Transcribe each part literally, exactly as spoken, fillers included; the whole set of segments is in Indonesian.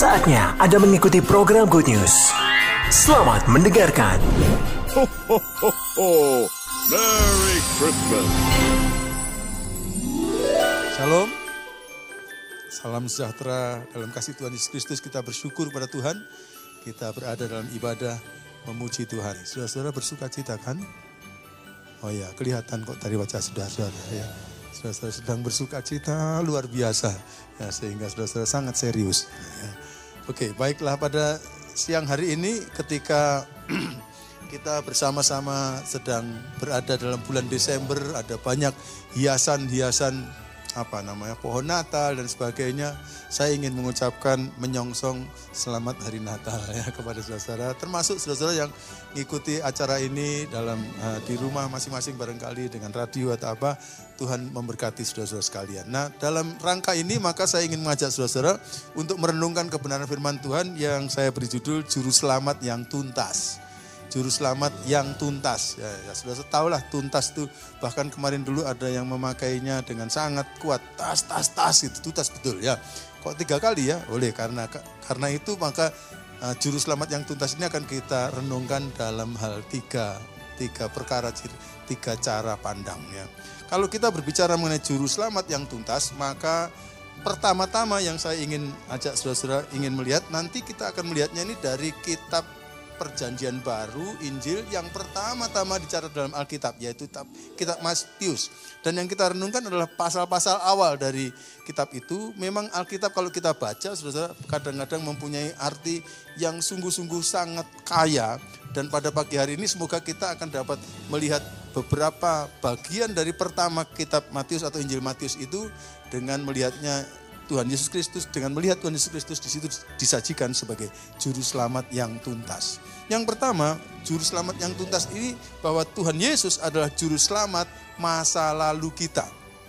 Saatnya Anda mengikuti program Good News. Selamat mendengarkan. Ho, ho, ho, ho. Merry Christmas. Shalom. Salam sejahtera dalam kasih Tuhan Yesus Kristus. Kita bersyukur pada Tuhan. Kita berada dalam ibadah memuji Tuhan. Saudara-saudara bersuka cita kan? Oh ya, kelihatan kok dari wajah saudara-saudara ya. Saudara-saudara sedang bersuka cita luar biasa. Ya, sehingga saudara-saudara sangat serius. Ya. Oke, baiklah pada siang hari ini ketika kita bersama-sama sedang berada dalam bulan Desember, ada banyak hiasan-hiasan apa namanya pohon Natal dan sebagainya. Saya ingin mengucapkan menyongsong selamat hari Natal ya kepada saudara-saudara, termasuk saudara-saudara yang mengikuti acara ini dalam uh, di rumah masing-masing barangkali dengan radio atau apa. Tuhan memberkati saudara-saudara sekalian. Nah, dalam rangka ini maka saya ingin mengajak saudara-saudara untuk merenungkan kebenaran firman Tuhan yang saya beri judul Juru Selamat yang Tuntas. Juru selamat yang tuntas. Ya, ya sudah tahulah tuntas itu. Bahkan kemarin dulu ada yang memakainya dengan sangat kuat. Tas, tas, tas itu tuntas betul ya. Kok tiga kali ya? Oleh karena karena itu maka uh, juru selamat yang tuntas ini akan kita renungkan dalam hal tiga tiga perkara, tiga cara pandangnya. Kalau kita berbicara mengenai juru selamat yang tuntas, maka pertama-tama yang saya ingin ajak saudara-saudara ingin melihat, nanti kita akan melihatnya ini dari kitab Perjanjian Baru, Injil yang pertama-tama dicatat dalam Alkitab, yaitu kitab Matius. Dan yang kita renungkan adalah pasal-pasal awal dari kitab itu. Memang Alkitab kalau kita baca, saudara-saudara, kadang-kadang mempunyai arti yang sungguh-sungguh sangat kaya. Dan pada pagi hari ini semoga kita akan dapat melihat beberapa bagian dari pertama kitab Matius atau Injil Matius itu dengan melihatnya Tuhan Yesus Kristus, dengan melihat Tuhan Yesus Kristus di situ disajikan sebagai juru selamat yang tuntas. Yang pertama, juru selamat yang tuntas ini bahwa Tuhan Yesus adalah juru selamat masa lalu kita.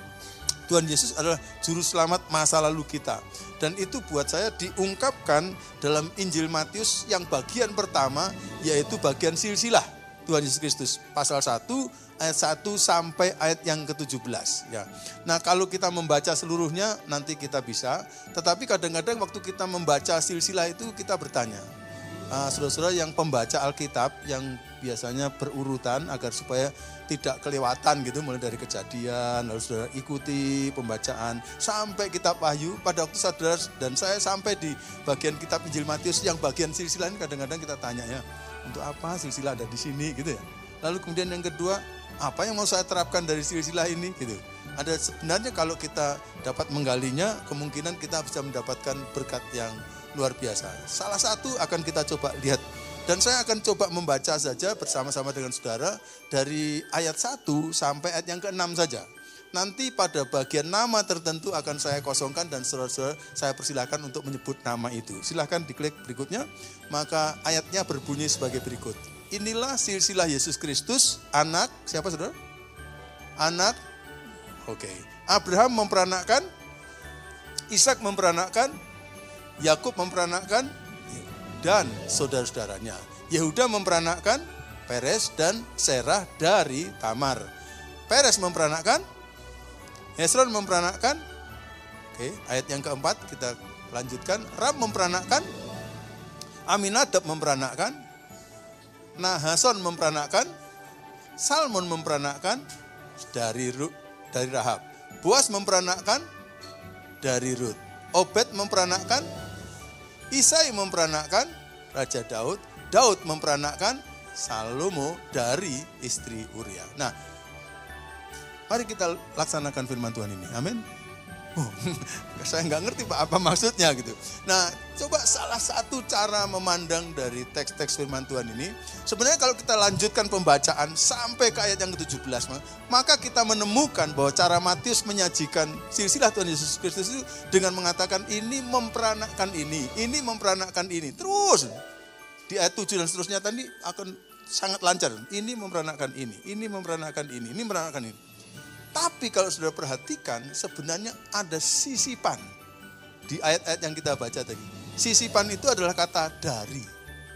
Tuhan Yesus adalah juru selamat masa lalu kita. Dan itu buat saya diungkapkan dalam Injil Matius yang bagian pertama, yaitu bagian silsilah Tuhan Yesus Kristus. Pasal satu, ayat satu sampai ayat yang ke tujuh belas. Ya. Nah, kalau kita membaca seluruhnya nanti kita bisa. Tetapi kadang-kadang waktu kita membaca silsilah itu kita bertanya. Uh, saudara-saudara yang pembaca Alkitab yang biasanya berurutan agar supaya tidak kelewatan gitu, mulai dari Kejadian, lalu saudara ikuti pembacaan sampai kitab Wahyu. Pada waktu saudara dan saya sampai di bagian kitab Injil Matius yang bagian silsilah ini kadang-kadang kita tanya ya, untuk apa silsilah ada di sini gitu ya. Lalu kemudian yang kedua, apa yang mau saya terapkan dari silsilah ini gitu. Ada sebenarnya kalau kita dapat menggalinya, kemungkinan kita bisa mendapatkan berkat yang luar biasa. Salah satu akan kita coba lihat. Dan saya akan coba membaca saja bersama-sama dengan saudara dari ayat satu sampai ayat yang keenam saja. Nanti pada bagian nama tertentu akan saya kosongkan dan saudara-saudara saya persilahkan untuk menyebut nama itu. Silahkan diklik berikutnya. Maka ayatnya berbunyi sebagai berikut. Inilah silsilah Yesus Kristus, anak, siapa saudara? Anak, oke. Okay. Abraham memperanakkan, Ishak memperanakkan, Yakub memperanakkan, dan saudara-saudaranya. Yehuda memperanakkan Peres dan Serah dari Tamar. Peres memperanakkan, Hesron memperanakkan, oke, okay. Ayat yang keempat kita lanjutkan. Ram memperanakkan, Aminadab memperanakkan, Nahason memperanakkan, Salmon memperanakkan dari Rut, dari Rahab. Boas memperanakkan dari Rut. Obed memperanakkan, Isai memperanakkan Raja Daud. Daud memperanakkan Salomo dari istri Uria. Nah, mari kita laksanakan firman Tuhan ini. Amin. Oh, saya nggak ngerti Pak apa maksudnya gitu. Nah, coba salah satu cara memandang dari teks-teks firman Tuhan ini, sebenarnya kalau kita lanjutkan pembacaan sampai ke ayat yang ke tujuh belas, maka kita menemukan bahwa cara Matius menyajikan silsilah Tuhan Yesus Kristus itu dengan mengatakan ini memperanakkan ini, ini memperanakkan ini. Terus di ayat tujuh dan seterusnya tadi akan sangat lancar. Ini memperanakkan ini, ini memperanakkan ini, ini memperanakkan ini. Tapi kalau sudah perhatikan, sebenarnya ada sisipan di ayat-ayat yang kita baca tadi. Sisipan itu adalah kata dari.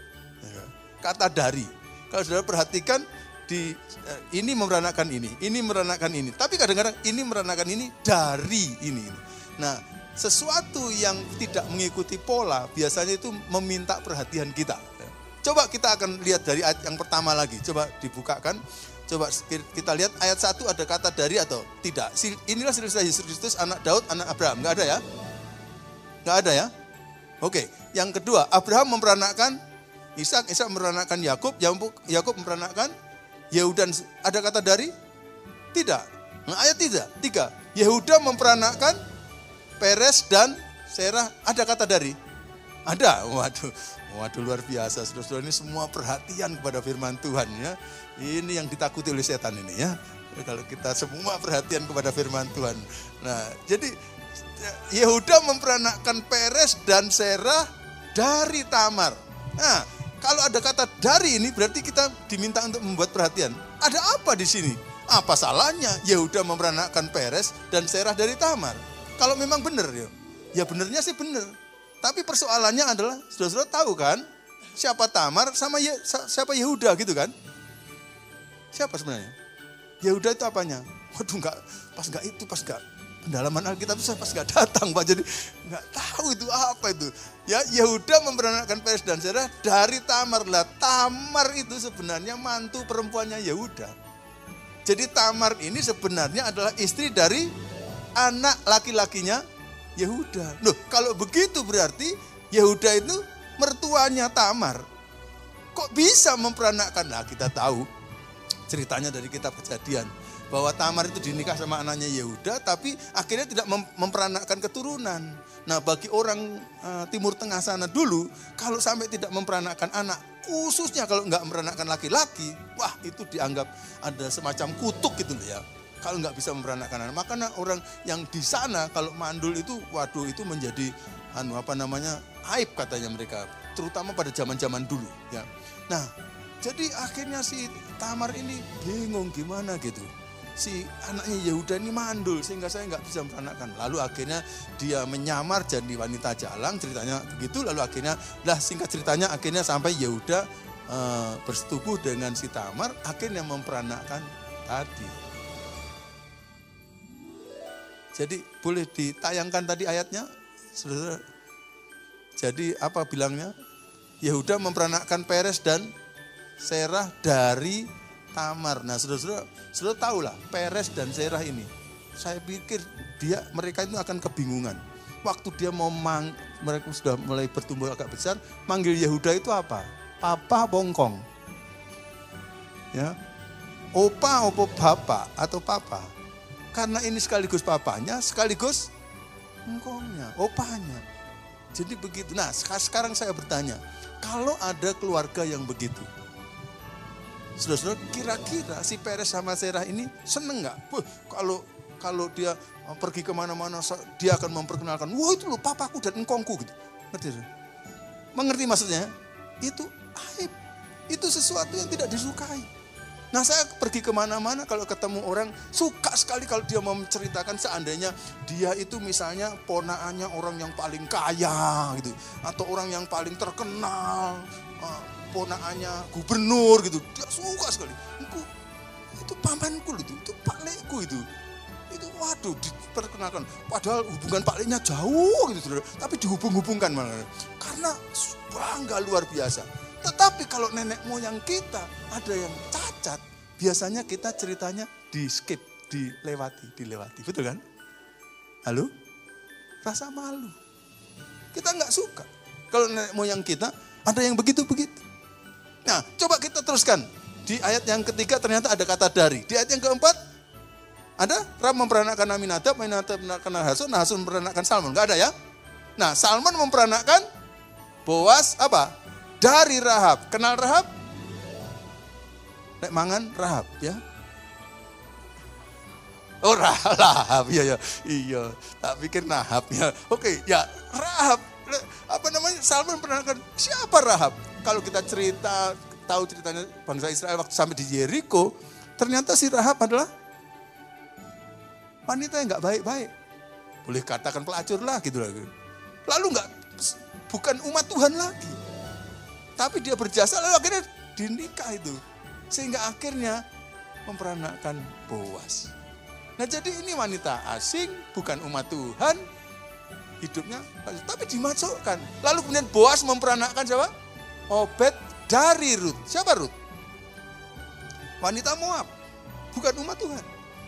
Kata dari. Kalau sudah perhatikan, di ini memperanakkan ini, ini memperanakkan ini. Tapi kadang-kadang ini memperanakkan ini dari ini. Nah, sesuatu yang tidak mengikuti pola biasanya itu meminta perhatian kita. Coba kita akan lihat dari ayat yang pertama lagi. Coba dibukakan. Coba kita lihat ayat satu ada kata dari atau tidak. Inilah silsilah Yesus Kristus, anak Daud, anak Abraham. Enggak ada ya? Enggak ada ya? Oke. Yang kedua, Abraham memperanakan Ishak, Ishak memperanakan Yakub, Yakub memperanakan Yehuda. Ada kata dari? Tidak. Nah, ayat tiga. Tiga. Yehuda memperanakan Peres dan Serah. Ada kata dari? Ada. Waduh, waduh luar biasa. Saudara-saudara, ini semua perhatian kepada firman Tuhan ya. Ini yang ditakuti oleh setan ini ya. Kalau kita semua perhatian kepada firman Tuhan. Nah, jadi Yehuda memperanakan Peres dan Serah dari Tamar. Nah, kalau ada kata dari ini berarti kita diminta untuk membuat perhatian. Ada apa di sini? Apa salahnya Yehuda memperanakan Peres dan Serah dari Tamar? Kalau memang benar ya, ya benernya sih benar. Tapi persoalannya adalah, saudara-saudara tahu kan, siapa Tamar sama Ye, siapa Yehuda gitu kan? Siapa sebenarnya? Yehuda itu apanya? Waduh, enggak, pas enggak itu, pas enggak pendalaman Alkitab itu pas enggak datang Pak, jadi enggak tahu itu apa itu. Ya, Yehuda memperanakan Peres dan Serah dari Tamar. Lah, Tamar itu sebenarnya mantu perempuannya Yehuda. Jadi Tamar ini sebenarnya adalah istri dari anak laki-lakinya Yehuda. Loh, kalau begitu berarti Yehuda itu mertuanya Tamar. Kok bisa memperanakkan? Nah, kita tahu ceritanya dari kitab Kejadian. Bahwa Tamar itu dinikah sama anaknya Yehuda, tapi akhirnya tidak mem- memperanakkan keturunan. Nah, bagi orang uh, Timur Tengah sana dulu, kalau sampai tidak memperanakkan anak, khususnya kalau nggak memperanakkan laki-laki, wah itu dianggap ada semacam kutuk gitu loh ya. Kalau nggak bisa memperanakkan anak, makanya orang yang di sana kalau mandul itu, waduh itu menjadi anu apa namanya aib katanya mereka, terutama pada zaman-zaman dulu ya. Nah, jadi akhirnya si Tamar ini bingung gimana gitu. Si anaknya Yehuda ini mandul sehingga saya nggak bisa memperanakkan. Lalu akhirnya dia menyamar jadi wanita jalang, ceritanya begitu. Lalu akhirnya, lah singkat ceritanya akhirnya sampai Yehuda e, bersetubuh dengan si Tamar, akhirnya memperanakkan tadi. Jadi boleh ditayangkan tadi ayatnya, saudara. Jadi apa bilangnya? Yehuda memperanakkan Peres dan Serah dari Tamar. Nah, saudara-saudara, saudara tahulah Peres dan Serah ini. Saya pikir dia mereka itu akan kebingungan. Waktu dia mau mang, mereka sudah mulai bertumbuh agak besar, manggil Yehuda itu apa? Papa bongkong. Ya. Opa, opo bapak atau papa. Karena ini sekaligus papanya, sekaligus engkongnya, opanya. Jadi begitu. Nah, sekarang saya bertanya, kalau ada keluarga yang begitu, saudara-saudara, kira-kira si Peres sama Serah ini seneng nggak? Kalau kalau dia pergi kemana-mana, dia akan memperkenalkan, wah itu loh papaku dan engkongku gitu. Ngerti? Mengerti maksudnya? Itu aib. Itu sesuatu yang tidak disukai. Nah, saya pergi kemana-mana kalau ketemu orang, suka sekali kalau dia mau menceritakan seandainya dia itu misalnya ponaannya orang yang paling kaya gitu, atau orang yang paling terkenal, ponaannya gubernur gitu, dia suka sekali. Itu, itu pamanku itu, itu Pak Lekku itu. Itu waduh diperkenalkan. Padahal hubungan Pak Leknya jauh gitu, saudara. Tapi dihubung-hubungkan malah. Karena bangga luar biasa. Tetapi kalau nenek moyang kita ada yang cacat, biasanya kita ceritanya di skip, dilewati, dilewati. Betul kan? Halo? Rasa malu. Kita nggak suka. Kalau nenek moyang kita ada yang begitu-begitu. Nah, coba kita teruskan. Di ayat yang ketiga ternyata ada kata dari. Di ayat yang keempat, ada Ram memperanakkan Aminadab, Aminadab memperanakkan Nahson, Nahson memperanakkan Salmon. Nggak ada ya? Nah, Salmon memperanakkan Boas apa? Dari Rahab. Kenal Rahab? Nek mangan Rahab ya. Oh Rahab, iya ya, iya. Tak pikir Nahab ya. Oke, ya Rahab. Apa namanya? Salmon memperanakkan siapa Rahab? Kalau kita cerita, tahu ceritanya bangsa Israel waktu sampai di Yeriko, ternyata si Rahab adalah wanita yang nggak baik-baik. Boleh katakan pelacur lah gitu lah. Lalu nggak, bukan umat Tuhan lagi. Tapi dia berjasa lalu akhirnya dinikah itu. Sehingga akhirnya memperanakkan Boas. Nah jadi ini wanita asing, bukan umat Tuhan. hidupnya, tapi dimasukkan. Lalu kemudian Boas memperanakkan siapa? Obed dari Rut. Siapa Rut? Wanita Moab, bukan umat Tuhan.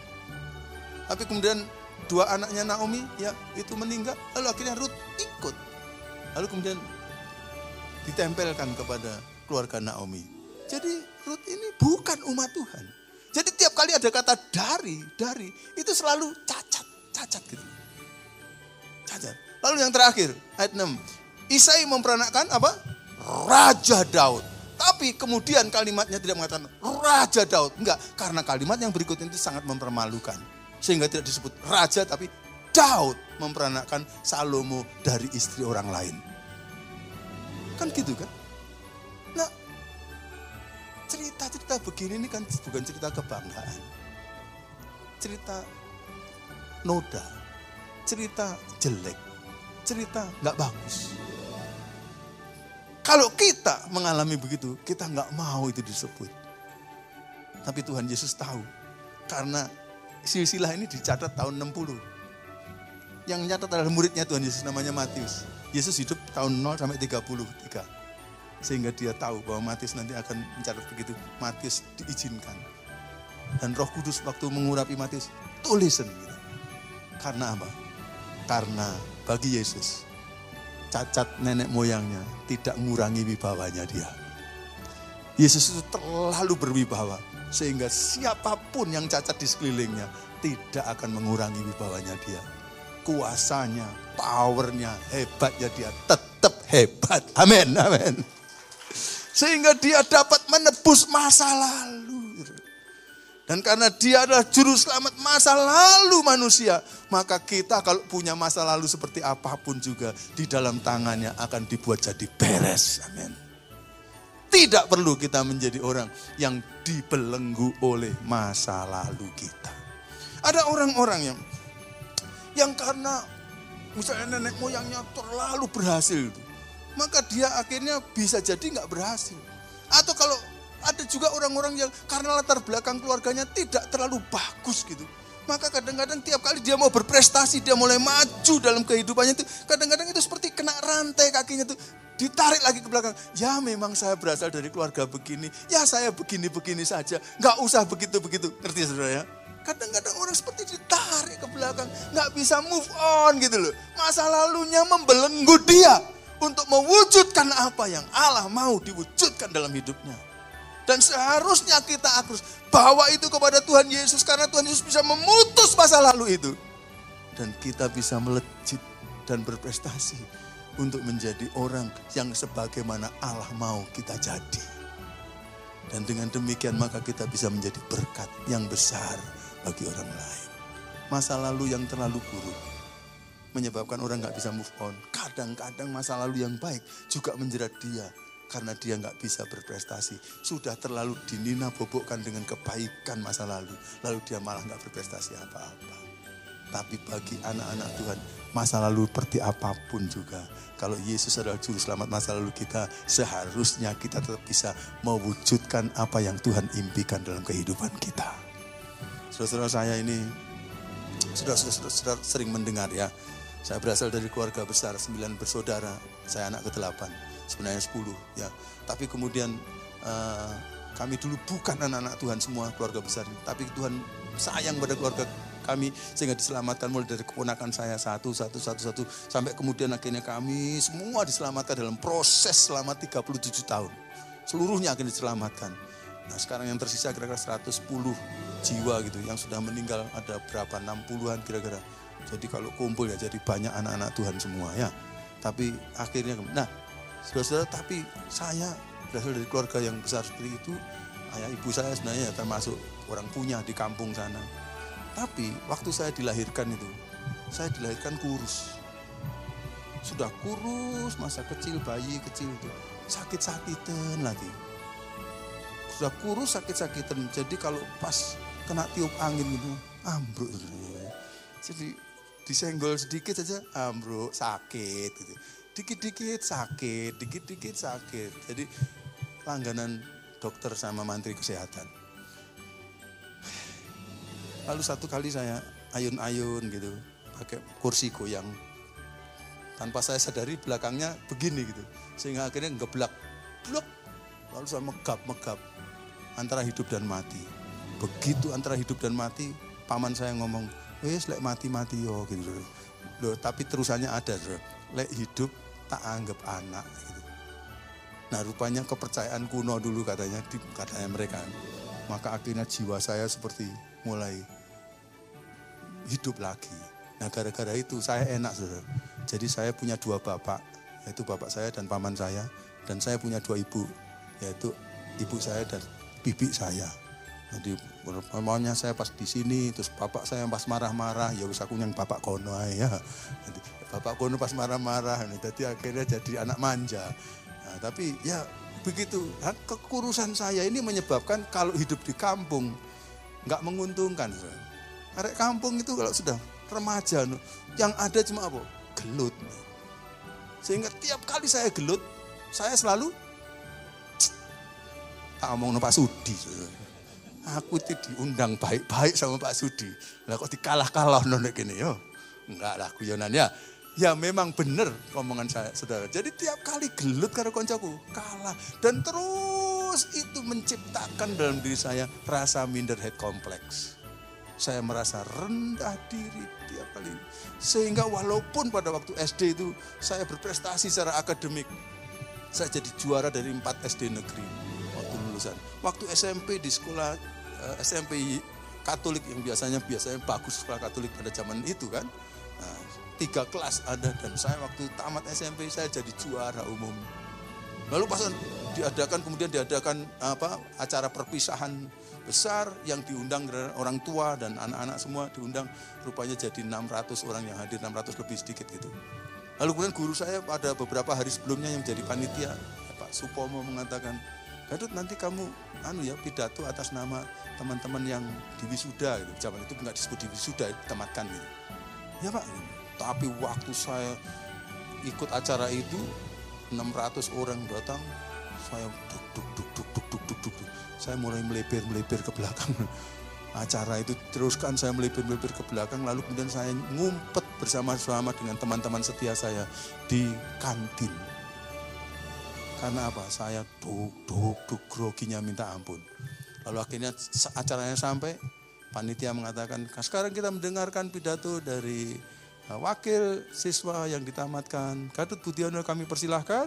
Tapi kemudian dua anaknya Naomi, ya itu meninggal. Lalu akhirnya Rut ikut. Lalu kemudian ditempelkan kepada keluarga Naomi. Jadi Rut ini bukan umat Tuhan. Jadi tiap kali ada kata dari, dari, itu selalu cacat, cacat gitu. Cacat. Lalu yang terakhir, ayat enam. Isai memperanakkan apa? Raja Daud. Tapi kemudian kalimatnya tidak mengatakan Raja Daud. Enggak, karena kalimat yang berikut itu sangat mempermalukan. Sehingga tidak disebut raja, tapi Daud memperanakkan Salomo dari istri orang lain. Kan gitu kan? Nah, cerita-cerita begini ini kan bukan cerita kebanggaan. Cerita noda. Cerita jelek. Cerita nggak bagus. Kalau kita mengalami begitu, kita nggak mau itu disebut. Tapi Tuhan Yesus tahu. Karena silsilah ini dicatat tahun enam puluh. Yang nyatat adalah muridnya Tuhan Yesus namanya Matius. Yesus hidup tahun nol sampai tiga puluh tiga. Sehingga dia tahu bahwa Matius nanti akan mencatat begitu. Matius diizinkan. Dan Roh Kudus waktu mengurapi Matius, tulis sendiri. Karena apa? Karena bagi Yesus, cacat nenek moyangnya tidak mengurangi wibawanya dia. Yesus itu terlalu berwibawa. Sehingga siapapun yang cacat di sekelilingnya tidak akan mengurangi wibawanya dia. Kuasanya, powernya, hebatnya dia tetap hebat. Amin, amin. Sehingga dia dapat menebus masa lalu. Dan karena dia adalah juru selamat masa lalu manusia, maka kita kalau punya masa lalu seperti apapun juga di dalam tangannya akan dibuat jadi beres. Amin. Tidak perlu kita menjadi orang yang dibelenggu oleh masa lalu kita. Ada orang-orang yang yang karena misalnya nenek moyangnya terlalu berhasil, maka dia akhirnya bisa jadi nggak berhasil. Atau kalau ada juga orang-orang yang karena latar belakang keluarganya tidak terlalu bagus gitu. Maka kadang-kadang tiap kali dia mau berprestasi, dia mulai maju dalam kehidupannya itu. Kadang-kadang itu seperti kena rantai kakinya tuh. Ditarik lagi ke belakang. Ya memang saya berasal dari keluarga begini. Ya saya begini-begini saja. Nggak usah begitu-begitu. Ngerti saudara ya? Kadang-kadang orang seperti ditarik ke belakang. Nggak bisa move on gitu loh. Masa lalunya membelenggu dia. Untuk mewujudkan apa yang Allah mau diwujudkan dalam hidupnya. Dan seharusnya kita harus bawa itu kepada Tuhan Yesus. Karena Tuhan Yesus bisa memutus masa lalu itu. Dan kita bisa melejit dan berprestasi. Untuk menjadi orang yang sebagaimana Allah mau kita jadi. Dan dengan demikian maka kita bisa menjadi berkat yang besar bagi orang lain. Masa lalu yang terlalu buruk menyebabkan orang gak bisa move on. Kadang-kadang masa lalu yang baik juga menjerat dia. Karena dia nggak bisa berprestasi. Sudah terlalu dinina bobokkan dengan kebaikan masa lalu. Lalu dia malah nggak berprestasi apa-apa. Tapi bagi anak-anak Tuhan, masa lalu seperti apapun juga. Kalau Yesus adalah juru selamat masa lalu kita, seharusnya kita tetap bisa mewujudkan apa yang Tuhan impikan dalam kehidupan kita. Saudara-saudara saya ini, sudah, sudah, sudah, sudah sering mendengar ya. Saya berasal dari keluarga besar, sembilan bersaudara. Saya anak kedelapan. Sebenarnya sepuluh ya. Tapi kemudian uh, kami dulu bukan anak-anak Tuhan semua keluarga besar. Tapi Tuhan sayang pada keluarga kami sehingga diselamatkan mulai dari keponakan saya satu, satu, satu, satu. Sampai kemudian akhirnya kami semua diselamatkan dalam proses selama tiga puluh tujuh tahun. Seluruhnya akhirnya diselamatkan. Nah sekarang yang tersisa kira-kira seratus sepuluh jiwa gitu. Yang sudah meninggal ada berapa? enam puluhan kira-kira. Jadi kalau kumpul ya jadi banyak anak-anak Tuhan semua ya. Tapi akhirnya, nah saudara-saudara, tapi saya berasal dari keluarga yang besar seperti itu. Ayah ibu saya sebenarnya termasuk orang punya di kampung sana. Tapi waktu saya dilahirkan itu, saya dilahirkan kurus. Sudah kurus, masa kecil, bayi kecil itu. Sakit-sakitan lagi. Sudah kurus, sakit-sakitan. Jadi kalau pas kena tiup angin gitu, ambruk. Jadi disenggol sedikit saja, ambruk, sakit gitu. Dikit-dikit sakit, dikit-dikit sakit. Jadi langganan dokter sama mantri kesehatan. Lalu satu kali saya ayun-ayun gitu, pakai kursi goyang. Tanpa saya sadari belakangnya begini gitu. Sehingga akhirnya ngeblak. Blok. Lalu saya megap-megap. Antara hidup dan mati. Begitu antara hidup dan mati, paman saya ngomong, wes lek mati-mati yo gitu. Loh, tapi terusannya ada, lek hidup tak anggap anak gitu. Nah, rupanya kepercayaan kuno dulu katanya, katanya mereka. Maka akhirnya jiwa saya seperti mulai hidup lagi. Nah, gara-gara itu saya enak, saudara. Jadi saya punya dua bapak, yaitu bapak saya dan paman saya. Dan saya punya dua ibu, yaitu ibu saya dan bibi saya. Jadi maunya saya pas di sini, terus bapak saya pas marah-marah, ya wis aku yang bapak kono ya. Jadi bapak kono pas marah-marah, jadi akhirnya jadi anak manja. Nah, tapi ya begitu, kekurusan saya ini menyebabkan kalau hidup di kampung nggak menguntungkan. Arek kampung itu kalau sudah remaja, yang ada cuma apa? Gelut. Sehingga tiap kali saya gelut, saya selalu tak ngomong sama Pak Sudi. Aku itu diundang baik-baik sama Pak Sudi. Lah kok dikalah-kalah nonek gini yo. Enggak lah guyonan ya. Ya memang benar omongan saya, saudara. Jadi tiap kali gelut karo koncoku, kalah. Dan terus itu menciptakan dalam diri saya rasa minder head complex. Saya merasa rendah diri tiap kali. Sehingga walaupun pada waktu S D itu saya berprestasi secara akademik. Saya jadi juara dari empat S D negeri waktu lulusan. Waktu S M P di sekolah uh, S M P Katolik yang biasanya biasanya bagus sekolah Katolik pada zaman itu kan. Nah, tiga kelas ada dan saya waktu tamat S M P saya jadi juara umum. Lalu pas diadakan kemudian diadakan apa acara perpisahan besar yang diundang orang tua dan anak-anak semua diundang, rupanya jadi enam ratus orang yang hadir, enam ratus lebih sedikit gitu. Lalu kemudian guru saya pada beberapa hari sebelumnya yang menjadi panitia, ya, Pak Supomo mengatakan, Gadut nanti kamu anu ya pidato atas nama teman-teman yang di wisuda gitu. Zaman itu nggak disebut di wisuda, ditamatkan gitu. Ya Pak, tapi waktu saya ikut acara itu enam ratus orang datang, saya duk duk duk duk duk duk duk duk. Saya mulai melipir-melipir ke belakang. Acara itu teruskan saya melipir-melipir ke belakang, lalu kemudian saya ngumpet bersama-sama dengan teman-teman setia saya di kantin. Karena apa? Saya duk duk duk groginya minta ampun. Lalu akhirnya acaranya sampai, panitia mengatakan, sekarang kita mendengarkan pidato dari wakil siswa yang ditamatkan. Gadut Budiono kami persilahkan.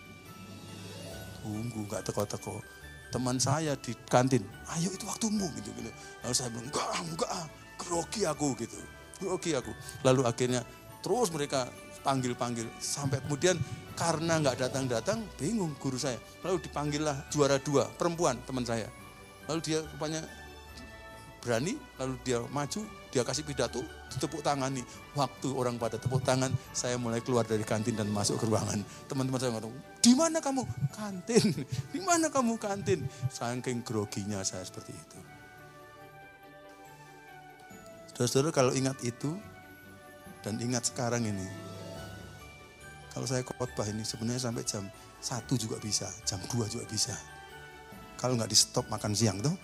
Tunggu, gak teko-teko. Teman saya di kantin, ayo itu waktumu gitu, gitu. Lalu saya bilang, enggak, enggak, grogi aku gitu. Grogi aku. Lalu akhirnya terus mereka panggil-panggil. Sampai kemudian karena enggak datang-datang, bingung guru saya. Lalu dipanggillah juara dua, perempuan teman saya. Lalu dia rupanya berani, lalu dia maju, dia kasih pidato, ditepuk tangani. Waktu orang pada tepuk tangan, saya mulai keluar dari kantin dan masuk ke ruangan. Teman-teman saya ngomong, di mana kamu? Kantin. Di mana kamu kantin? Saking groginya saya seperti itu. Saudara-saudara kalau ingat itu, dan ingat sekarang ini, kalau saya khotbah ini sebenarnya sampai jam satu juga bisa, jam dua juga bisa. Kalau nggak di stop makan siang tuh,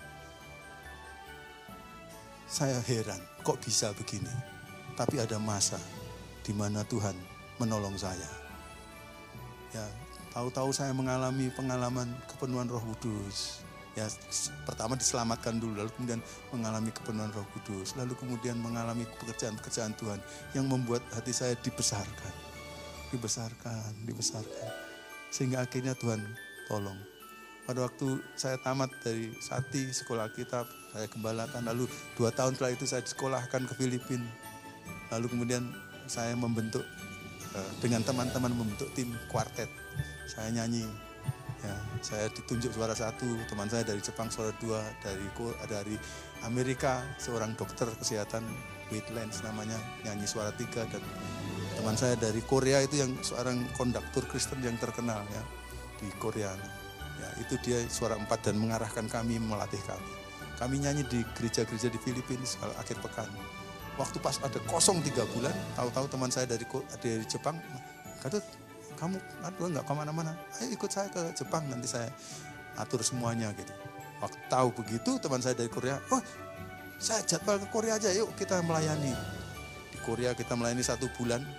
saya heran, kok bisa begini? Tapi ada masa di mana Tuhan menolong saya. Ya, tahu-tahu saya mengalami pengalaman kepenuhan Roh Kudus. Ya, pertama diselamatkan dulu, lalu kemudian mengalami kepenuhan Roh Kudus, lalu kemudian mengalami pekerjaan-pekerjaan Tuhan yang membuat hati saya dibesarkan, dibesarkan, dibesarkan, sehingga akhirnya Tuhan tolong. Pada waktu saya tamat dari Sati, sekolah Alkitab, saya gembalakan. Lalu dua tahun setelah itu saya disekolahkan ke Filipina. Lalu kemudian saya membentuk, dengan teman-teman membentuk tim kuartet. Saya nyanyi, ya, saya ditunjuk suara satu, teman saya dari Jepang suara dua, dari dari Amerika seorang dokter kesehatan, Wetlands namanya, nyanyi suara tiga, dan teman saya dari Korea itu yang seorang konduktor Kristen yang terkenal ya di Korea. Ya, itu dia suara empat dan mengarahkan kami, melatih kami. Kami nyanyi di gereja-gereja di Filipina kalau akhir pekan. Waktu pas ada kosong tiga bulan, tahu-tahu teman saya dari dari Jepang, Gadut, kamu aduh nggak kemana-mana, ayo ikut saya ke Jepang, nanti saya atur semuanya gitu. Waktu tahu begitu teman saya dari Korea, oh saya jadwal ke Korea aja, yuk kita melayani. Di Korea kita melayani satu bulan,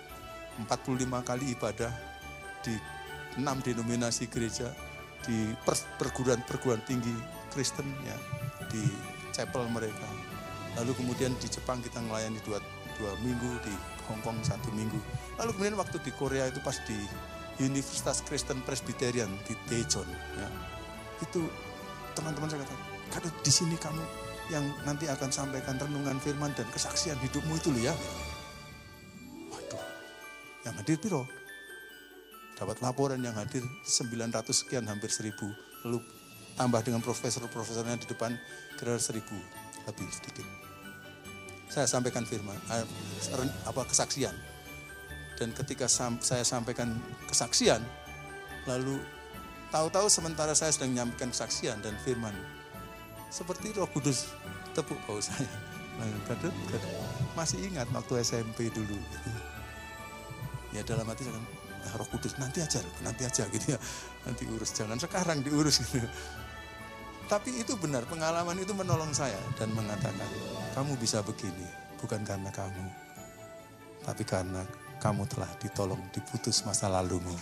empat puluh lima kali ibadah di enam denominasi gereja, di perguruan-perguruan tinggi Kristen ya, di chapel mereka. Lalu kemudian di Jepang kita melayani dua, dua minggu, di Hong Kong satu minggu. Lalu kemudian waktu di Korea itu pas di Universitas Kristen Presbyterian di Daejeon ya. Itu teman-teman saya katakan, kalau di sini kamu yang nanti akan sampaikan renungan firman dan kesaksian hidupmu itu loh ya. Waduh, yang hadir piro? Dapat laporan yang hadir sembilan ratus sekian, hampir seribu. Lalu tambah dengan profesor-profesornya di depan kira seribu lebih sedikit. Saya sampaikan firman, apa kesaksian. Dan ketika saya sampaikan kesaksian, lalu tahu-tahu sementara saya sedang menyampaikan kesaksian dan firman, seperti Roh Kudus tepuk bau saya. Kadang, kadang, masih ingat waktu S M P dulu. Gitu. Ya dalam hati saya kan, nah, Roh Kudus nanti aja, nanti aja gitu ya. Nanti urus, jangan sekarang diurus gitu. Tapi itu benar, pengalaman itu menolong saya dan mengatakan, kamu bisa begini bukan karena kamu, tapi karena kamu telah ditolong, diputus masa lalumu.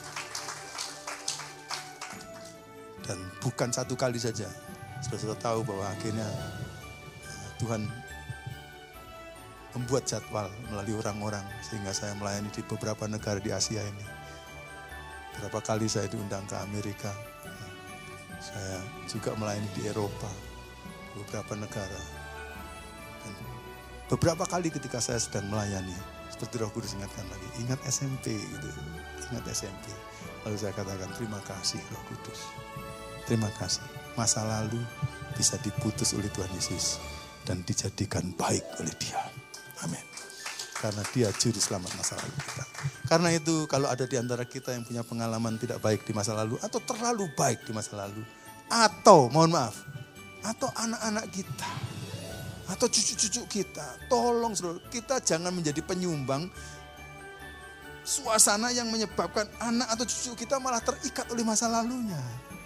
Dan bukan satu kali saja. Saudara-saudara tahu bahwa akhirnya Tuhan membuat jadwal melalui orang-orang sehingga saya melayani di beberapa negara di Asia ini. Beberapa kali saya diundang ke Amerika. Saya juga melayani di Eropa, beberapa negara. Dan beberapa kali ketika saya sedang melayani, seperti Roh Kudus ingatkan lagi, ingat S M P gitu, ingat S M P. Lalu saya katakan terima kasih Roh Kudus. Terima kasih. Masa lalu bisa diputus oleh Tuhan Yesus dan dijadikan baik oleh Dia. Amin. Karena Dia juru selamat masa lalu kita. Karena itu kalau ada di antara kita yang punya pengalaman tidak baik di masa lalu atau terlalu baik di masa lalu, atau mohon maaf, atau anak-anak kita atau cucu-cucu kita, tolong saudara, kita jangan menjadi penyumbang suasana yang menyebabkan anak atau cucu kita malah terikat oleh masa lalunya.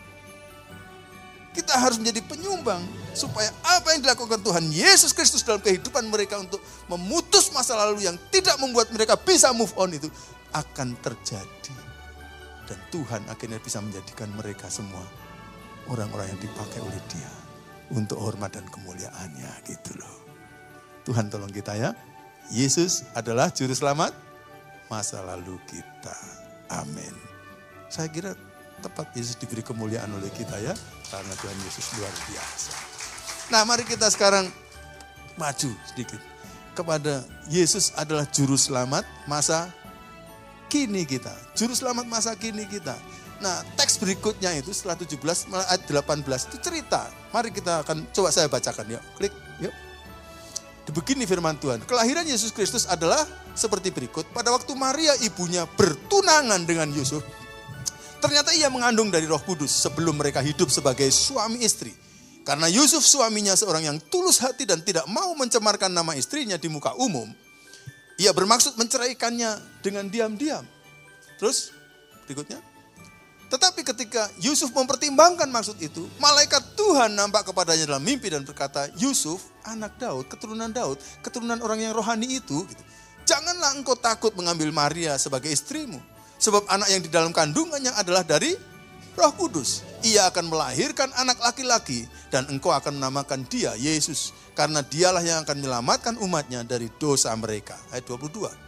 Kita harus menjadi penyumbang supaya apa yang dilakukan Tuhan Yesus Kristus dalam kehidupan mereka untuk memutus masa lalu yang tidak membuat mereka bisa move on itu akan terjadi. Dan Tuhan akhirnya bisa menjadikan mereka semua orang-orang yang dipakai oleh Dia untuk hormat dan kemuliaannya gitu loh. Tuhan tolong kita ya. Yesus adalah juru selamat masa lalu kita. Amin. Saya kira tepat Yesus diberi kemuliaan oleh kita ya. Karena Tuhan Yesus luar biasa. Nah mari kita sekarang maju sedikit. Kepada Yesus adalah juru selamat masa kini kita. Juru selamat masa kini kita. Nah teks berikutnya itu setelah tujuh belas ayat delapan belas itu cerita. Mari kita akan coba saya bacakan yuk. Klik yuk. Begini firman Tuhan. Kelahiran Yesus Kristus adalah seperti berikut. Pada waktu Maria ibunya bertunangan dengan Yusuf, ternyata ia mengandung dari Roh Kudus sebelum mereka hidup sebagai suami istri. Karena Yusuf suaminya seorang yang tulus hati dan tidak mau mencemarkan nama istrinya di muka umum, ia bermaksud menceraikannya dengan diam-diam. Terus berikutnya. Tetapi ketika Yusuf mempertimbangkan maksud itu, malaikat Tuhan nampak kepadanya dalam mimpi dan berkata, Yusuf, anak Daud, keturunan Daud, keturunan orang yang rohani itu, gitu, janganlah engkau takut mengambil Maria sebagai istrimu. Sebab anak yang di dalam kandungannya adalah dari Roh Kudus. Ia akan melahirkan anak laki-laki dan engkau akan menamakan dia Yesus. Karena dialah yang akan menyelamatkan umatnya dari dosa mereka. Ayat dua puluh dua.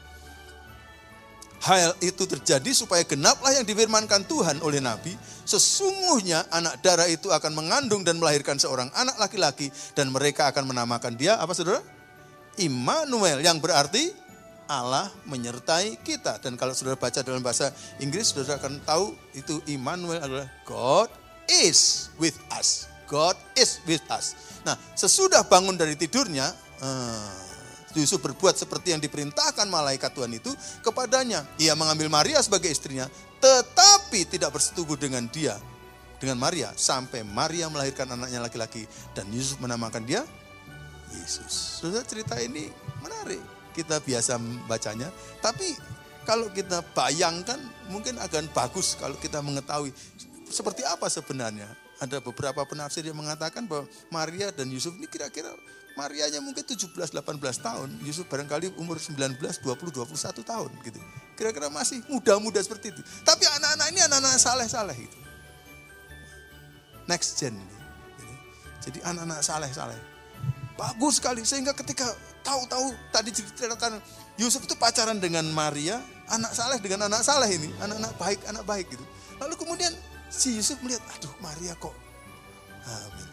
Hal itu terjadi supaya genaplah yang difirmankan Tuhan oleh Nabi. Sesungguhnya anak darah itu akan mengandung dan melahirkan seorang anak laki-laki. Dan mereka akan menamakan dia, apa saudara? Immanuel, yang berarti Allah menyertai kita. Dan kalau saudara baca dalam bahasa Inggris, saudara akan tahu itu Immanuel adalah God is with us. God is with us. Nah, sesudah bangun dari tidurnya, Yusuf berbuat seperti yang diperintahkan malaikat Tuhan itu kepadanya. Ia mengambil Maria sebagai istrinya, tetapi tidak bersetubuh dengan dia, dengan Maria, sampai Maria melahirkan anaknya laki-laki. Dan Yusuf menamakan dia Yesus. Saudara, cerita ini menarik. Kita biasa membacanya, tapi kalau kita bayangkan mungkin akan bagus kalau kita mengetahui seperti apa sebenarnya. Ada beberapa penafsir yang mengatakan bahwa Maria dan Yusuf ini kira-kira Marianya mungkin tujuh belas, delapan belas tahun. Yusuf barangkali umur sembilan belas, dua puluh, dua puluh satu tahun gitu. Kira-kira masih muda-muda seperti itu. Tapi anak-anak ini anak-anak saleh-saleh gitu. Next gen. Gitu. Jadi anak-anak saleh-saleh. Bagus sekali. Sehingga ketika tahu-tahu tadi ceritakan Yusuf itu pacaran dengan Maria. Anak saleh dengan anak saleh ini. Anak-anak baik, anak baik gitu. Lalu kemudian si Yusuf melihat, aduh Maria kok hamil.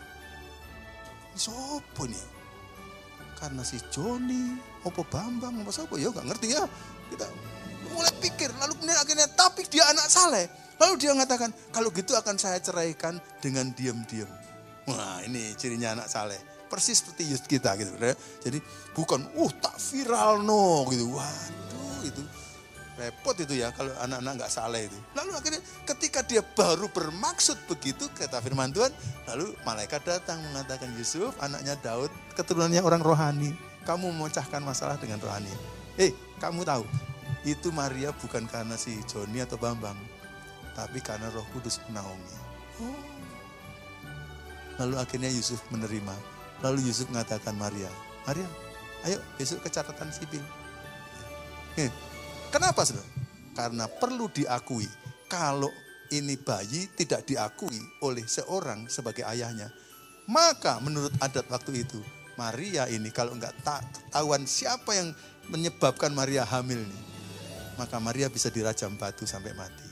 Sopo nih? Karena si Joni, opo Bambang, apa sopo ya gak ngerti ya. Kita mulai pikir, lalu kemudian akhirnya tapi dia anak saleh. Lalu dia mengatakan, kalau gitu akan saya ceraikan dengan diam-diam. Wah ini cirinya anak saleh. Persis seperti Yusuf kita gitu. Jadi bukan, uh tak viral no gitu. Waduh itu repot itu ya kalau anak-anak gak saleh itu. Lalu akhirnya ketika dia baru bermaksud begitu, kata firman Tuhan, lalu malaikat datang mengatakan, Yusuf anaknya Daud, keturunannya orang rohani. Kamu memecahkan masalah dengan rohani. Eh, kamu tahu, itu Maria bukan karena si Joni atau Bambang, tapi karena Roh Kudus menaungi. Oh. Lalu akhirnya Yusuf menerima. Lalu Yusuf mengatakan Maria, Maria, ayo besok ke catatan sipil. Eh, Kenapa saudara? Karena perlu diakui, kalau ini bayi tidak diakui oleh seorang sebagai ayahnya, maka menurut adat waktu itu, Maria ini kalau enggak ketahuan siapa yang menyebabkan Maria hamil nih, maka Maria bisa dirajam batu sampai mati.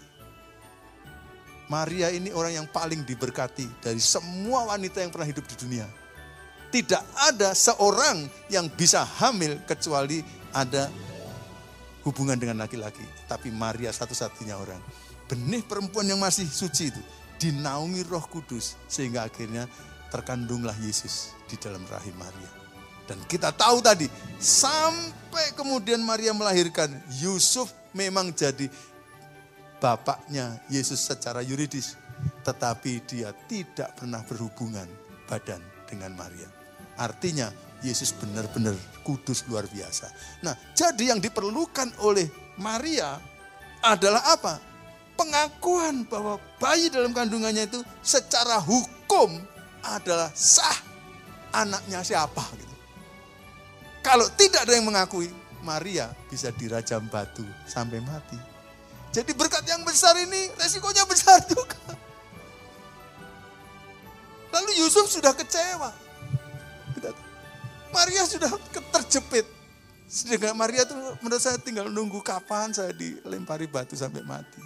Maria ini orang yang paling diberkati dari semua wanita yang pernah hidup di dunia. Tidak ada seorang yang bisa hamil kecuali ada hubungan dengan laki-laki. Tapi Maria satu-satunya orang. Benih perempuan yang masih suci itu dinaungi Roh Kudus. Sehingga akhirnya terkandunglah Yesus di dalam rahim Maria. Dan kita tahu tadi, sampai kemudian Maria melahirkan, Yusuf memang jadi bapaknya Yesus secara yuridis. Tetapi dia tidak pernah berhubungan badan dengan Maria. Artinya Yesus benar-benar kudus luar biasa. Nah, jadi yang diperlukan oleh Maria adalah apa? Pengakuan bahwa bayi dalam kandungannya itu secara hukum adalah sah. Anaknya siapa? Gitu. Kalau tidak ada yang mengakui, Maria bisa dirajam batu sampai mati. Jadi berkat yang besar ini resikonya besar juga. Lalu Yusuf sudah kecewa. Maria sudah terjepit. Sedangkan Maria itu menurut saya tinggal nunggu kapan saya dilempari batu sampai mati.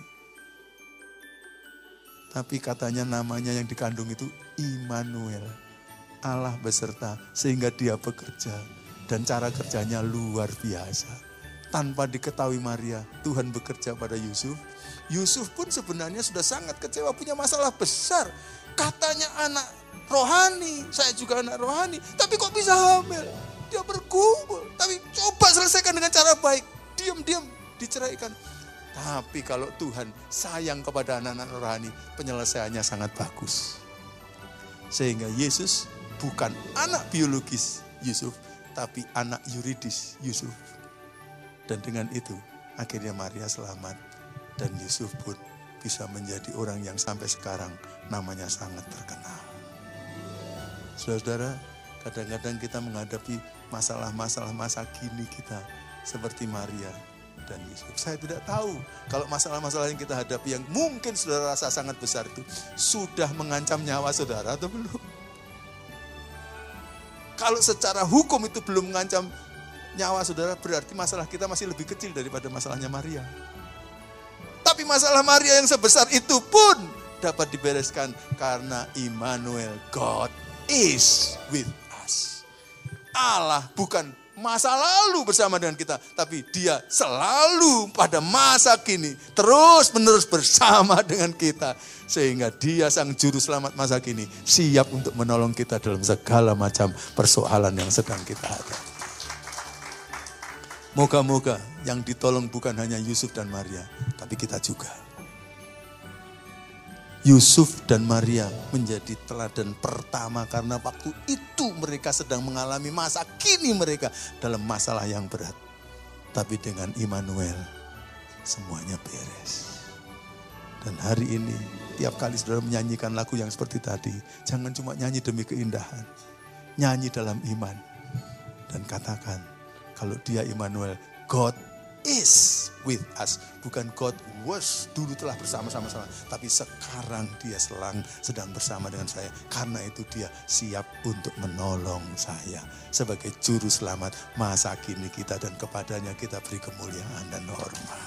Tapi katanya namanya yang dikandung itu Immanuel. Allah beserta sehingga dia bekerja. Dan cara kerjanya luar biasa. Tanpa diketahui Maria, Tuhan bekerja pada Yusuf. Yusuf pun sebenarnya sudah sangat kecewa, punya masalah besar. Katanya anak rohani, saya juga anak rohani, tapi kok bisa hamil? Dia bergumul, tapi coba selesaikan dengan cara baik. Diam-diam diceraikan. Tapi kalau Tuhan sayang kepada anak-anak rohani, penyelesaiannya sangat bagus. Sehingga Yesus bukan anak biologis Yusuf, tapi anak yuridis Yusuf. Dan dengan itu akhirnya Maria selamat dan Yusuf pun bisa menjadi orang yang sampai sekarang namanya sangat terkenal. Saudara-saudara, kadang-kadang kita menghadapi masalah-masalah masa kini kita seperti Maria dan Yusuf. Saya tidak tahu kalau masalah-masalah yang kita hadapi yang mungkin saudara rasa sangat besar itu sudah mengancam nyawa saudara atau belum. Kalau secara hukum itu belum mengancam nyawa saudara, berarti masalah kita masih lebih kecil daripada masalahnya Maria. Tapi masalah Maria yang sebesar itu pun dapat dibereskan karena Immanuel, God is with us. Allah bukan masa lalu bersama dengan kita, tapi dia selalu pada masa kini terus menerus bersama dengan kita. Sehingga dia sang juru selamat masa kini siap untuk menolong kita dalam segala macam persoalan yang sedang kita hadapi. Moga-moga yang ditolong bukan hanya Yusuf dan Maria, tapi kita juga. Yusuf dan Maria menjadi teladan pertama karena waktu itu mereka sedang mengalami masa kini mereka dalam masalah yang berat. Tapi dengan Immanuel semuanya beres. Dan hari ini tiap kali saudara menyanyikan lagu yang seperti tadi, jangan cuma nyanyi demi keindahan. Nyanyi dalam iman. dan katakan kalau dia Immanuel, God is with us. Bukan God was dulu telah bersama-sama, tapi sekarang dia selang sedang bersama dengan saya. Karena itu dia siap untuk menolong saya sebagai juru selamat masa kini kita, dan kepadanya kita beri kemuliaan dan hormat.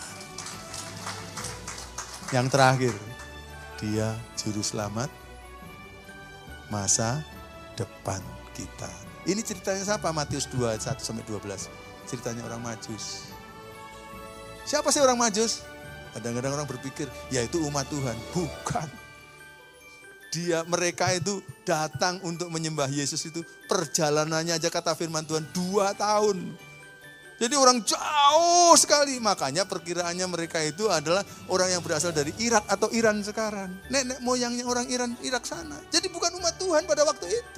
Yang terakhir, dia juru selamat masa depan kita. Ini ceritanya siapa? Matius dua, satu sampai dua belas. Ceritanya orang Majus. Siapa sih orang Majus? Kadang-kadang orang berpikir, yaitu umat Tuhan. Bukan. Dia, mereka itu datang untuk menyembah Yesus itu, perjalanannya aja kata firman Tuhan, dua tahun. Jadi orang jauh sekali. Makanya perkiraannya mereka itu adalah orang yang berasal dari Irak atau Iran sekarang. Nenek moyangnya orang Iran, Irak sana. Jadi bukan umat Tuhan pada waktu itu.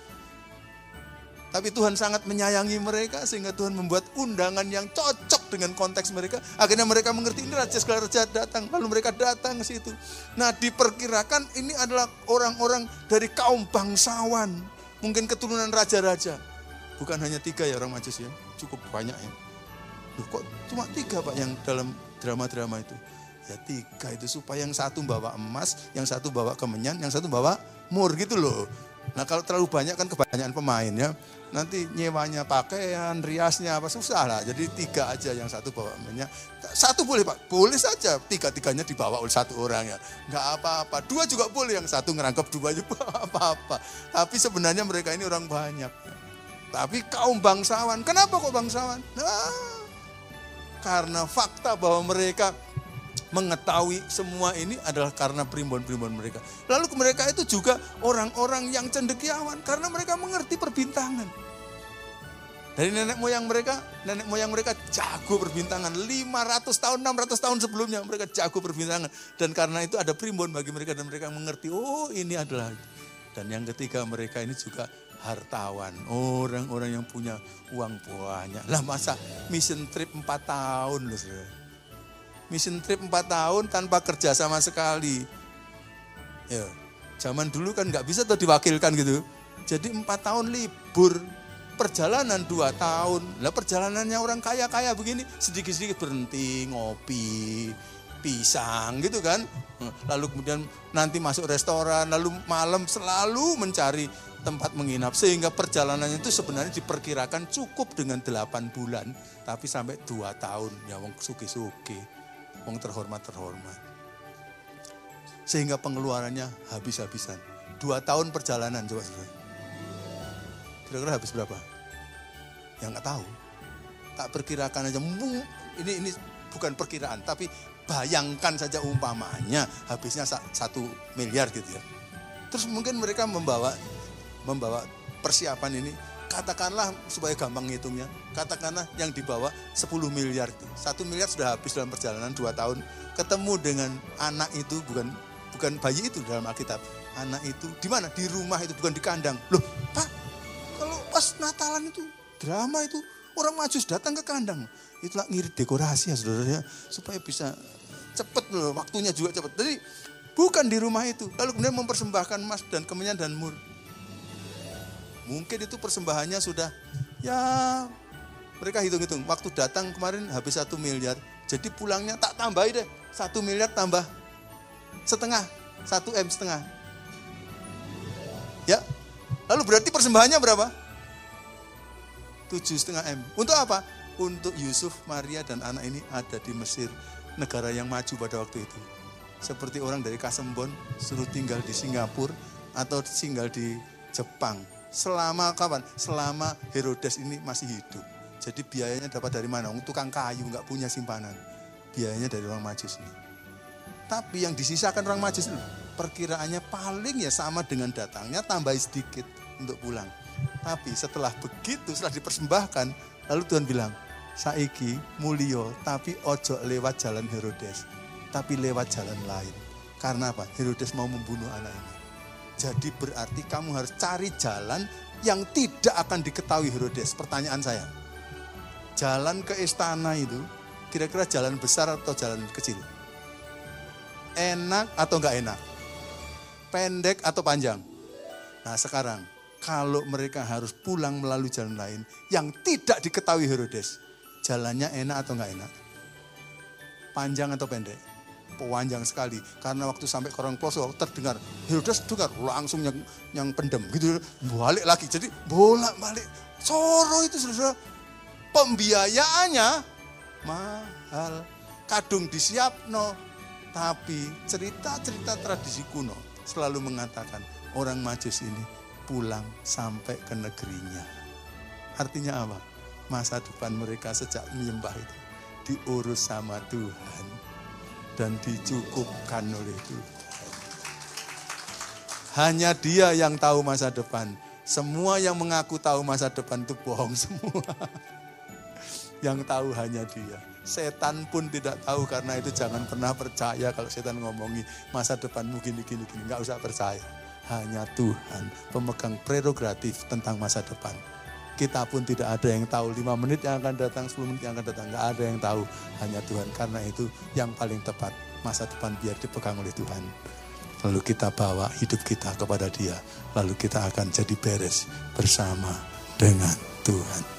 Tapi Tuhan sangat menyayangi mereka sehingga Tuhan membuat undangan yang cocok dengan konteks mereka. Akhirnya mereka mengerti ini raja segala raja datang. Lalu mereka datang ke situ. Nah, diperkirakan ini adalah orang-orang dari kaum bangsawan. Mungkin keturunan raja-raja. Bukan hanya tiga ya orang Majus ya. Cukup banyak ya. Loh, kok cuma tiga Pak yang dalam drama-drama itu? Ya tiga itu supaya yang satu bawa emas, yang satu bawa kemenyan, yang satu bawa mur gitu loh. Nah kalau terlalu banyak kan kebanyakan pemain ya. Nanti nyewanya pakaian, riasnya apa susah lah. Jadi tiga aja, yang satu bawa minyak. Satu boleh Pak, boleh saja. Tiga-tiganya dibawa oleh satu orang ya. Enggak apa-apa. Dua juga boleh, yang satu ngerangkap dua juga apa-apa. Tapi sebenarnya mereka ini orang banyak. Tapi kaum bangsawan, kenapa kok bangsawan? Nah, karena fakta bahwa mereka mengetahui semua ini adalah karena primbon-primbon mereka. Lalu mereka itu juga orang-orang yang cendekiawan karena mereka mengerti perbintangan. Dari nenek moyang mereka, nenek moyang mereka jago perbintangan. lima ratus tahun, enam ratus tahun sebelumnya mereka jago perbintangan. Dan karena itu ada primbon bagi mereka dan mereka mengerti, oh ini adalah. Dan yang ketiga, mereka ini juga hartawan. Orang-orang yang punya uang banyak. Lah masa mission trip empat tahun loh saudara. Mission trip empat tahun tanpa kerja sama sekali. Ya, zaman dulu kan nggak bisa tuh diwakilkan gitu. Jadi empat tahun libur, perjalanan dua tahun. Lah perjalanannya orang kaya-kaya begini, sedikit-sedikit berhenti, ngopi, pisang gitu kan. Lalu kemudian nanti masuk restoran, lalu malam selalu mencari tempat menginap. Sehingga perjalanannya itu sebenarnya diperkirakan cukup dengan delapan bulan. Tapi sampai dua tahun, ya wong suki-suki. Wong terhormat-terhormat. Sehingga pengeluarannya habis-habisan. Dua tahun perjalanan coba saudara. Kira-kira habis berapa? Yang nggak tahu. Tak perkirakan aja. Ini ini bukan perkiraan, tapi bayangkan saja umpamanya habisnya satu miliar gitu ya. Terus mungkin mereka membawa membawa persiapan ini. Katakanlah supaya gampang ngitungnya, katakanlah yang dibawa sepuluh miliar itu. satu miliar sudah habis dalam perjalanan dua tahun. Ketemu dengan anak itu, bukan bukan bayi itu dalam Alkitab. Anak itu di mana? Di rumah itu, bukan di kandang. Loh Pak, kalau pas Natalan itu, drama itu, orang Majus datang ke kandang. Itulah ngirit dekorasi ya saudara ya, supaya bisa cepet loh, waktunya juga cepet. Jadi bukan di rumah itu. Lalu kemudian mempersembahkan emas dan kemenyan dan mur. Mungkin itu persembahannya sudah, ya mereka hitung-hitung. Waktu datang kemarin habis satu miliar. Jadi pulangnya tak tambahin deh. Satu miliar tambah setengah. Satu M setengah. Ya. Lalu berarti persembahannya berapa? Tujuh setengah M. Untuk apa? Untuk Yusuf, Maria dan anak ini ada di Mesir. Negara yang maju pada waktu itu. Seperti orang dari Kasembon suruh tinggal di Singapura atau tinggal di Jepang. Selama kapan? Selama Herodes ini masih hidup. Jadi biayanya dapat dari mana? Tukang kayu, nggak punya simpanan. Biayanya dari orang Majus ini. Tapi yang disisakan orang Majus ini, perkiraannya paling ya sama dengan datangnya, tambah sedikit untuk pulang. Tapi setelah begitu, setelah dipersembahkan, lalu Tuhan bilang, saiki mulio, tapi ojo lewat jalan Herodes, tapi lewat jalan lain. Karena apa? Herodes mau membunuh anak ini. Jadi berarti kamu harus cari jalan yang tidak akan diketahui Herodes. Pertanyaan saya, jalan ke istana itu kira-kira jalan besar atau jalan kecil? Enak atau enggak enak? Pendek atau panjang? Nah sekarang, kalau mereka harus pulang melalui jalan lain yang tidak diketahui Herodes, jalannya enak atau enggak enak? Panjang atau pendek? Panjang sekali. Karena waktu sampai ke orang pelosok terdengar, Herodes dengar langsung yang, yang pendem gitu, balik lagi. Jadi bolak-balik. Soro itu saudara, pembiayaannya mahal. Kadung disiapno. Tapi cerita-cerita tradisi kuno selalu mengatakan orang Majus ini pulang sampai ke negerinya. Artinya apa? Masa depan mereka sejak menyembah itu diurus sama Tuhan dan dicukupkan oleh Tuhan. Hanya Dia yang tahu masa depan. Semua yang mengaku tahu masa depan itu bohong semua. Yang tahu hanya Dia. Setan pun tidak tahu, karena itu jangan pernah percaya kalau setan ngomongi masa depanmu gini-gini. Enggak usah percaya. Hanya Tuhan pemegang prerogatif tentang masa depan. Kita pun tidak ada yang tahu lima menit yang akan datang, sepuluh menit yang akan datang. Enggak ada yang tahu, hanya Tuhan. Karena itu yang paling tepat, masa depan biar dipegang oleh Tuhan. Lalu kita bawa hidup kita kepada Dia. Lalu kita akan jadi beres bersama dengan Tuhan.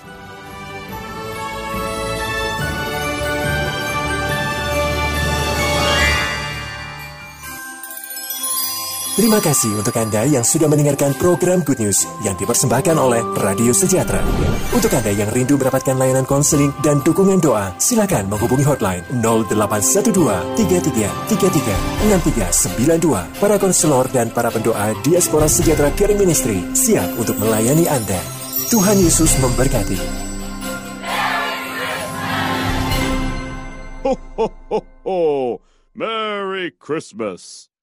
Terima kasih untuk Anda yang sudah mendengarkan program Good News yang dipersembahkan oleh Radio Sejahtera. Untuk Anda yang rindu mendapatkan layanan konseling dan dukungan doa, silakan menghubungi hotline nol delapan satu dua tiga tiga tiga tiga enam tiga sembilan dua. Para konselor dan para pendoa Diaspora Sejahtera Caring Ministry siap untuk melayani Anda. Tuhan Yesus memberkati. Ho, ho, ho, ho. Merry Christmas.